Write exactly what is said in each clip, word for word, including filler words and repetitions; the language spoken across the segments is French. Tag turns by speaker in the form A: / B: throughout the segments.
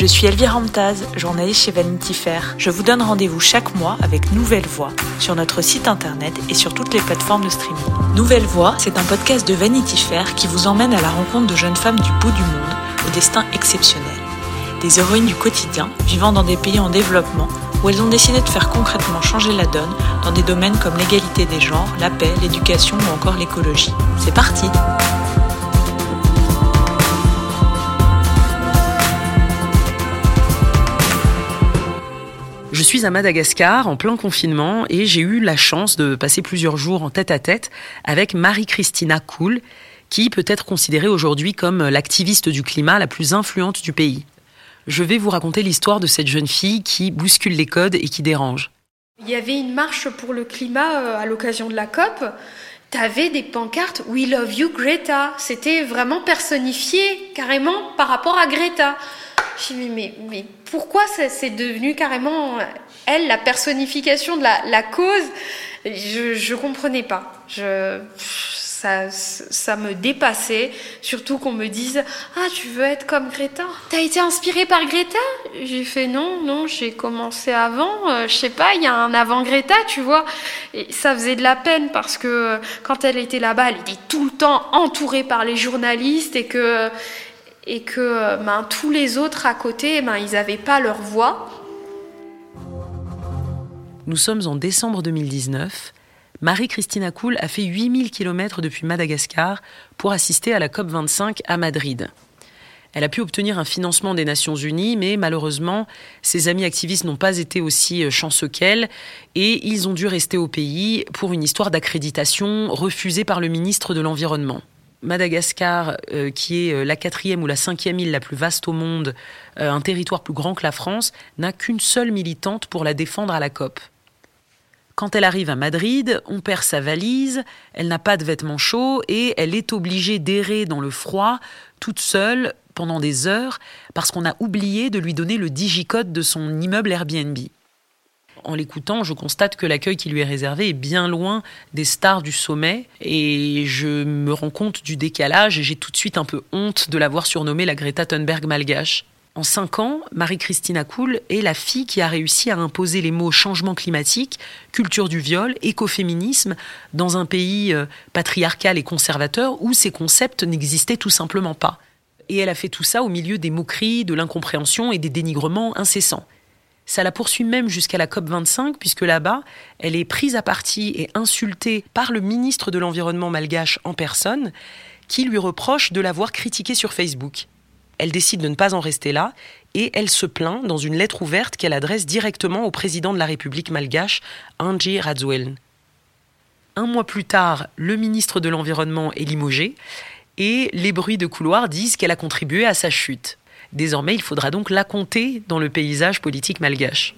A: Je suis Elvire Ramtaz, journaliste chez Vanity Fair. Je vous donne rendez-vous chaque mois avec Nouvelle Voix sur notre site internet et sur toutes les plateformes de streaming. Nouvelle Voix, c'est un podcast de Vanity Fair qui vous emmène à la rencontre de jeunes femmes du bout du monde au destin exceptionnel. Des héroïnes du quotidien, vivant dans des pays en développement, où elles ont décidé de faire concrètement changer la donne dans des domaines comme l'égalité des genres, la paix, l'éducation ou encore l'écologie. C'est parti!
B: Je suis à Madagascar en plein confinement et j'ai eu la chance de passer plusieurs jours en tête-à-tête avec Marie-Christina Coul, qui peut être considérée aujourd'hui comme l'activiste du climat la plus influente du pays. Je vais vous raconter l'histoire de cette jeune fille qui bouscule les codes et qui dérange.
C: Il y avait une marche pour le climat à l'occasion de la COP. T'avais des pancartes « We love you Greta ». C'était vraiment personnifié carrément par rapport à Greta. Je me dis mais, mais pourquoi ça, c'est devenu carrément, elle, la personnification de la, la cause? Je je comprenais pas. Je, ça, ça me dépassait. Surtout qu'on me dise « Ah, tu veux être comme Greta? T'as été inspirée par Greta ?» J'ai fait « Non, non, j'ai commencé avant. Euh, je sais pas, il y a un avant Greta, tu vois. » Et ça faisait de la peine parce que quand elle était là-bas, elle était tout le temps entourée par les journalistes et que... et que ben, tous les autres à côté, ben, ils n'avaient pas leur voix.
B: Nous sommes en décembre deux mille dix-neuf. Marie-Christina Coul a fait huit mille kilomètres depuis Madagascar pour assister à la COP vingt-cinq à Madrid. Elle a pu obtenir un financement des Nations Unies, mais malheureusement, ses amis activistes n'ont pas été aussi chanceux qu'elle et ils ont dû rester au pays pour une histoire d'accréditation refusée par le ministre de l'Environnement. Madagascar, euh, qui est la quatrième ou la cinquième île la plus vaste au monde, euh, un territoire plus grand que la France, n'a qu'une seule militante pour la défendre à la COP. Quand elle arrive à Madrid, on perd sa valise, elle n'a pas de vêtements chauds et elle est obligée d'errer dans le froid, toute seule, pendant des heures, parce qu'on a oublié de lui donner le digicode de son immeuble Airbnb. En l'écoutant, je constate que l'accueil qui lui est réservé est bien loin des stars du sommet et je me rends compte du décalage et j'ai tout de suite un peu honte de l'avoir surnommée la Greta Thunberg malgache. En cinq ans, Marie-Christina Coul est la fille qui a réussi à imposer les mots changement climatique, culture du viol, écoféminisme dans un pays patriarcal et conservateur où ces concepts n'existaient tout simplement pas. Et elle a fait tout ça au milieu des moqueries, de l'incompréhension et des dénigrements incessants. Ça la poursuit même jusqu'à la COP vingt-cinq, puisque là-bas, elle est prise à partie et insultée par le ministre de l'Environnement malgache en personne, qui lui reproche de l'avoir critiquée sur Facebook. Elle décide de ne pas en rester là, et elle se plaint dans une lettre ouverte qu'elle adresse directement au président de la République malgache, Andry Rajoelina. Un mois plus tard, le ministre de l'Environnement est limogé, et les bruits de couloir disent qu'elle a contribué à sa chute. Désormais, il faudra donc la compter dans le paysage politique malgache.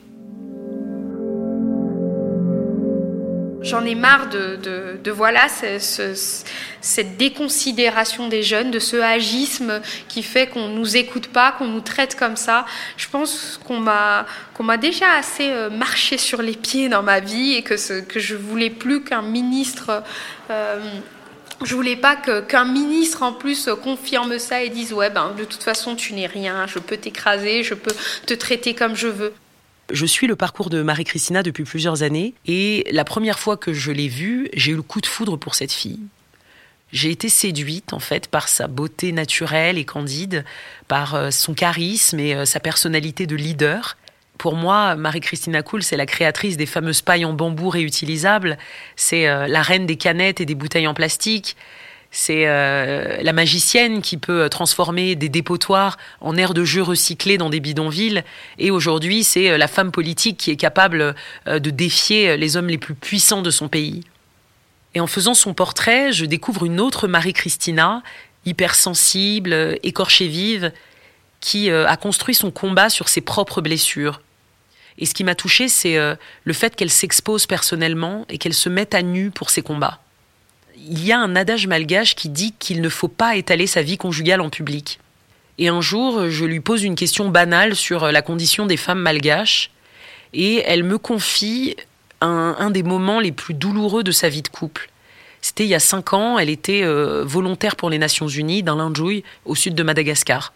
C: J'en ai marre de, de, de voilà, ce, ce, cette déconsidération des jeunes, de ce agisme qui fait qu'on ne nous écoute pas, qu'on nous traite comme ça. Je pense qu'on m'a, qu'on m'a déjà assez marché sur les pieds dans ma vie et que, ce, que je ne voulais plus qu'un ministre... Euh, Je voulais pas que, qu'un ministre en plus confirme ça et dise « Ouais, ben, de toute façon, tu n'es rien, je peux t'écraser, je peux te traiter comme je veux. »
B: Je suis le parcours de Marie-Christina depuis plusieurs années et la première fois que je l'ai vue, j'ai eu le coup de foudre pour cette fille. J'ai été séduite en fait par sa beauté naturelle et candide, par son charisme et sa personnalité de leader. Pour moi, Marie-Christina Coul, c'est la créatrice des fameuses pailles en bambou réutilisables. C'est euh, la reine des canettes et des bouteilles en plastique. C'est euh, la magicienne qui peut transformer des dépotoirs en aires de jeu recyclées dans des bidonvilles. Et aujourd'hui, c'est la femme politique qui est capable euh, de défier les hommes les plus puissants de son pays. Et en faisant son portrait, je découvre une autre Marie-Christina, hypersensible, écorchée vive, qui euh, a construit son combat sur ses propres blessures. Et ce qui m'a touchée, c'est euh, le fait qu'elle s'expose personnellement et qu'elle se mette à nu pour ses combats. Il y a un adage malgache qui dit qu'il ne faut pas étaler sa vie conjugale en public. Et un jour, je lui pose une question banale sur la condition des femmes malgaches et elle me confie un, un des moments les plus douloureux de sa vie de couple. C'était il y a cinq ans, elle était euh, volontaire pour les Nations Unies dans l'Anjouï, au sud de Madagascar.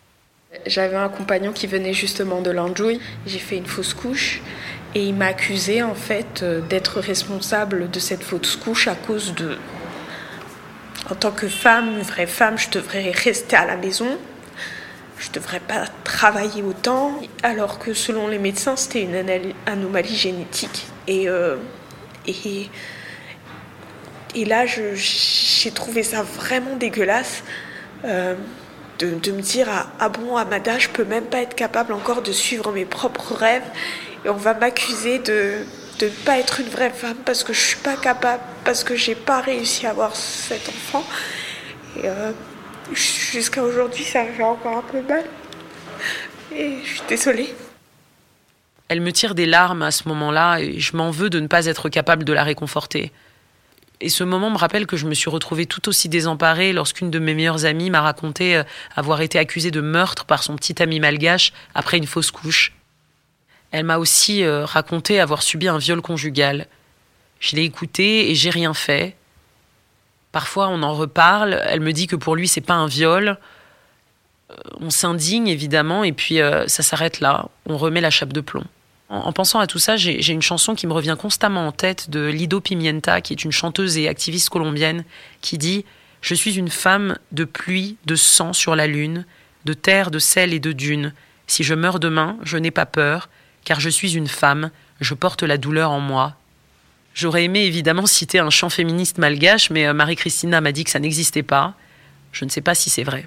D: J'avais un compagnon qui venait justement de l'Anjouï. J'ai fait une fausse couche et il m'a accusé en fait d'être responsable de cette fausse couche à cause de... En tant que femme, une vraie femme, je devrais rester à la maison. Je ne devrais pas travailler autant. Alors que selon les médecins, c'était une anomalie génétique. Et, euh, et, et là, je, j'ai trouvé ça vraiment dégueulasse. Euh, De, de me dire ah, ah bon Amada, je peux même pas être capable encore de suivre mes propres rêves et on va m'accuser de de ne pas être une vraie femme parce que je suis pas capable, parce que j'ai pas réussi à avoir cet enfant. Et euh, jusqu'à aujourd'hui, ça me fait encore un peu mal. Et je suis désolée.
B: Elle me tire des larmes à ce moment-là et je m'en veux de ne pas être capable de la réconforter. Et ce moment me rappelle que je me suis retrouvée tout aussi désemparée lorsqu'une de mes meilleures amies m'a raconté avoir été accusée de meurtre par son petit ami malgache après une fausse couche. Elle m'a aussi raconté avoir subi un viol conjugal. Je l'ai écoutée et j'ai rien fait. Parfois on en reparle, elle me dit que pour lui c'est pas un viol. On s'indigne évidemment et puis ça s'arrête là, on remet la chape de plomb. En pensant à tout ça, j'ai, j'ai une chanson qui me revient constamment en tête de Lido Pimienta, qui est une chanteuse et activiste colombienne, qui dit « Je suis une femme de pluie, de sang sur la lune, de terre, de sel et de dunes. Si je meurs demain, je n'ai pas peur, car je suis une femme, je porte la douleur en moi. » J'aurais aimé évidemment citer un chant féministe malgache, mais Marie-Christina m'a dit que ça n'existait pas. Je ne sais pas si c'est vrai.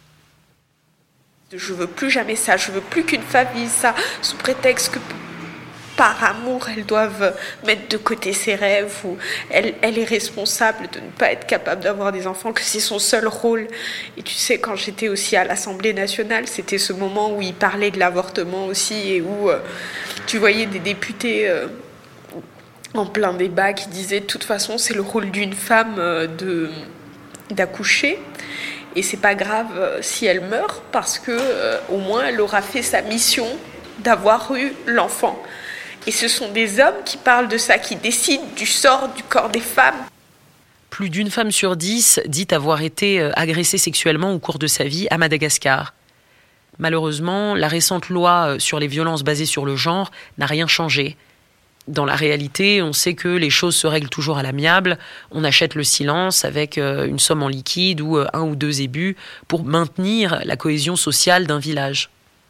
D: Je veux plus jamais ça, je veux plus qu'une femme vise ça sous prétexte que par amour, elles doivent mettre de côté ses rêves ou elle, elle est responsable de ne pas être capable d'avoir des enfants, que c'est son seul rôle. Et tu sais, quand j'étais aussi à l'Assemblée nationale, c'était ce moment où ils parlaient de l'avortement aussi et où euh, tu voyais des députés euh, en plein débat qui disaient de toute façon, c'est le rôle d'une femme euh, de, d'accoucher. Et c'est pas grave euh, si elle meurt parce que euh, au moins elle aura fait sa mission d'avoir eu l'enfant. Et ce sont des hommes qui parlent de ça, qui décident du sort du corps des femmes.
B: Plus d'une femme sur dix dit avoir été agressée sexuellement au cours de sa vie à Madagascar. Malheureusement, la récente loi sur les violences basées sur le genre n'a rien changé. Dans la réalité, on sait que les choses se règlent toujours à l'amiable. On achète le silence avec une somme en liquide ou un ou deux ébus pour maintenir la cohésion sociale d'un village.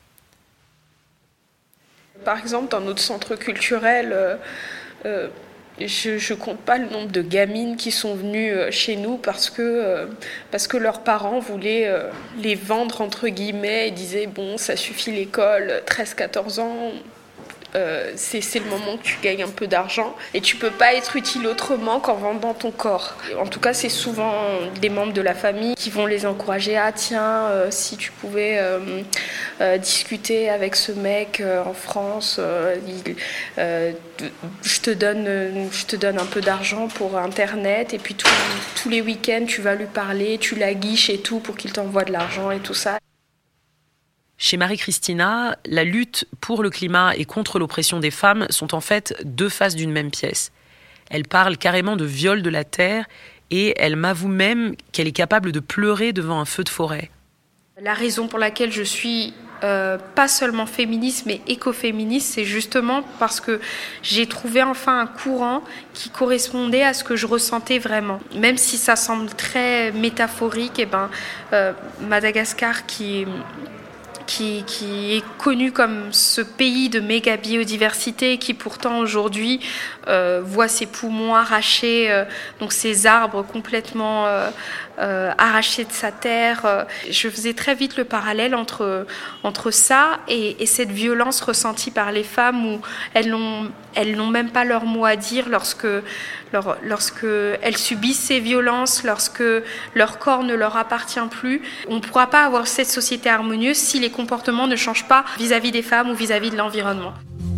D: Par exemple, dans notre centre culturel, euh, euh, je ne compte pas le nombre de gamines qui sont venues chez nous parce que, euh, parce que leurs parents voulaient euh, les vendre, entre guillemets, et disaient « bon, ça suffit l'école, treize quatorze ans ». Euh, c'est, c'est le moment que tu gagnes un peu d'argent et tu peux pas être utile autrement qu'en vendant ton corps. En tout cas, c'est souvent des membres de la famille qui vont les encourager. Ah tiens, euh, si tu pouvais euh, euh, discuter avec ce mec euh, en France, euh, il, euh, je te donne, je te donne un peu d'argent pour Internet et puis tous, tous les week-ends tu vas lui parler, tu la guiches et tout pour qu'il t'envoie de l'argent et tout ça.
B: Chez Marie-Christina, la lutte pour le climat et contre l'oppression des femmes sont en fait deux faces d'une même pièce. Elle parle carrément de viol de la terre et elle m'avoue même qu'elle est capable de pleurer devant un feu de forêt.
C: La raison pour laquelle je suis euh, pas seulement féministe mais écoféministe, c'est justement parce que j'ai trouvé enfin un courant qui correspondait à ce que je ressentais vraiment. Même si ça semble très métaphorique, et ben, euh, Madagascar qui... Qui, qui est connu comme ce pays de méga biodiversité qui pourtant aujourd'hui euh, voit ses poumons arrachés, euh, donc ses arbres complètement euh, euh, arrachés de sa terre. Je faisais très vite le parallèle entre, entre ça et, et cette violence ressentie par les femmes où elles n'ont, elles n'ont même pas leur mot à dire lorsque, leur, lorsque elles subissent ces violences, lorsque leur corps ne leur appartient plus. On ne pourra pas avoir cette société harmonieuse si les comportements ne changent pas vis-à-vis des femmes ou vis-à-vis de l'environnement.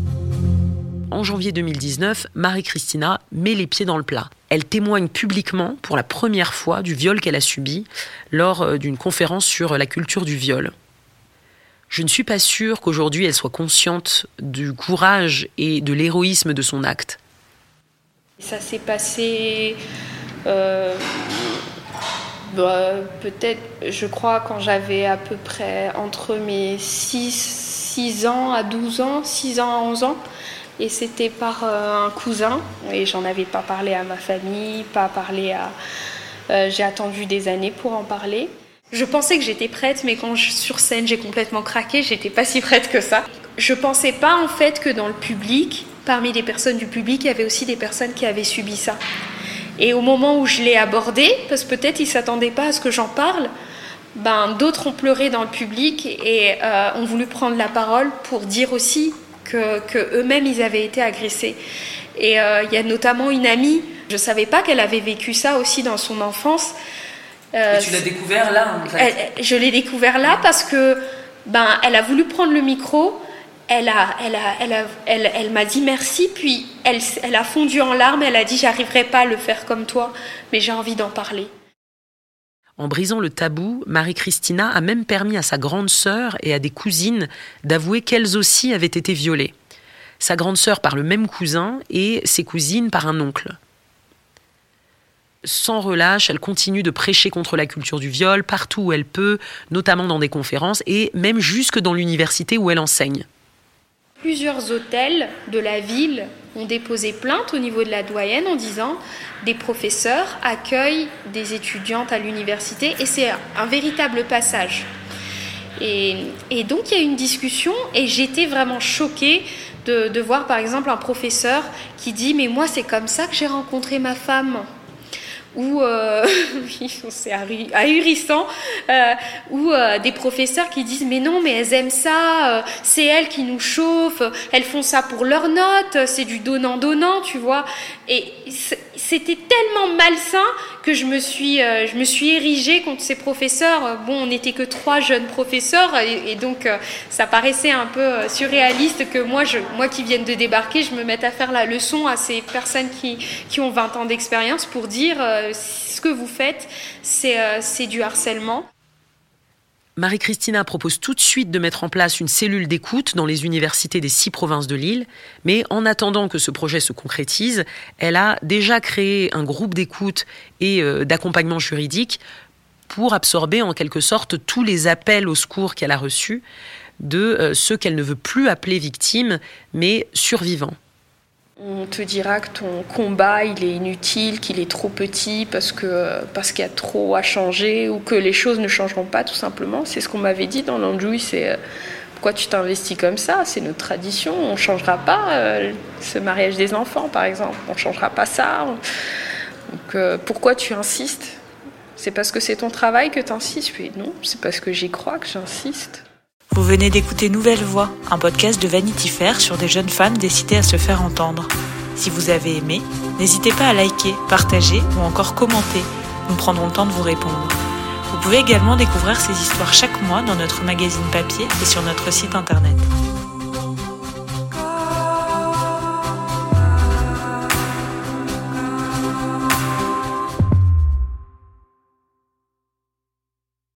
B: En janvier deux mille dix-neuf, Marie-Christina met les pieds dans le plat. Elle témoigne publiquement pour la première fois du viol qu'elle a subi lors d'une conférence sur la culture du viol. Je ne suis pas sûre qu'aujourd'hui elle soit consciente du courage et de l'héroïsme de son acte.
D: Ça s'est passé euh, Bah, peut-être, je crois, quand j'avais à peu près entre mes six ans à douze ans, six ans à onze ans. Et c'était par euh, un cousin. Et j'en avais pas parlé à ma famille, pas parlé à... Euh, j'ai attendu des années pour en parler. Je pensais que j'étais prête, mais quand je, sur scène, j'ai complètement craqué. J'étais pas si prête que ça. Je pensais pas, en fait, que dans le public, parmi les personnes du public, il y avait aussi des personnes qui avaient subi ça. Et au moment où je l'ai abordé, parce que peut-être ils s'attendaient pas à ce que j'en parle, ben, d'autres ont pleuré dans le public et euh, ont voulu prendre la parole pour dire aussi que, que eux-mêmes ils avaient été agressés. Et il euh, y a notamment une amie, je savais pas qu'elle avait vécu ça aussi dans son enfance.
B: Euh, et tu l'as découvert là, en fait.
D: Elle, je l'ai découvert là parce que ben, elle a voulu prendre le micro. Elle, a, elle, a, elle, a, elle, elle m'a dit merci, puis elle, elle a fondu en larmes, elle a dit j'arriverai pas à le faire comme toi, mais j'ai envie d'en parler.
B: En brisant le tabou, Marie-Christina a même permis à sa grande sœur et à des cousines d'avouer qu'elles aussi avaient été violées. Sa grande sœur par le même cousin et ses cousines par un oncle. Sans relâche, elle continue de prêcher contre la culture du viol partout où elle peut, notamment dans des conférences et même jusque dans l'université où elle enseigne.
D: Plusieurs hôtels de la ville ont déposé plainte au niveau de la doyenne en disant des professeurs accueillent des étudiantes à l'université et c'est un véritable passage. Et, et donc il y a eu une discussion et j'étais vraiment choquée de, de voir par exemple un professeur qui dit « mais moi c'est comme ça que j'ai rencontré ma femme ». Ou euh, c'est ahurissant, euh, ou euh, des professeurs qui disent mais non mais elles aiment ça, euh, c'est elles qui nous chauffent, elles font ça pour leurs notes, c'est du donnant-donnant, tu vois. Et c'était tellement malsain que je me suis, euh, je me suis érigée contre ces professeurs. Bon, on n'était que trois jeunes professeurs et, et donc euh, ça paraissait un peu surréaliste que moi, je, moi qui vienne de débarquer, je me mette à faire la leçon à ces personnes qui, qui ont vingt ans d'expérience pour dire euh, ce que vous faites, c'est, euh, c'est du harcèlement.
B: Marie-Christina propose tout de suite de mettre en place une cellule d'écoute dans les universités des six provinces de l'île, mais en attendant que ce projet se concrétise, elle a déjà créé un groupe d'écoute et euh, d'accompagnement juridique pour absorber en quelque sorte tous les appels au secours qu'elle a reçus de euh, ceux qu'elle ne veut plus appeler victimes, mais survivants.
D: On te dira que ton combat, il est inutile, qu'il est trop petit parce, que, parce qu'il y a trop à changer ou que les choses ne changeront pas tout simplement. C'est ce qu'on m'avait dit dans l'Anjouï, c'est euh, pourquoi tu t'investis comme ça ? C'est notre tradition, on ne changera pas euh, ce mariage des enfants par exemple, on ne changera pas ça. Donc euh, pourquoi tu insistes ? C'est parce que c'est ton travail que tu insistes ? Puis non, c'est parce que j'y crois que j'insiste.
A: Vous venez d'écouter Nouvelle Voix, un podcast de Vanity Fair sur des jeunes femmes décidées à se faire entendre. Si vous avez aimé, n'hésitez pas à liker, partager ou encore commenter. Nous prendrons le temps de vous répondre. Vous pouvez également découvrir ces histoires chaque mois dans notre magazine papier et sur notre site internet.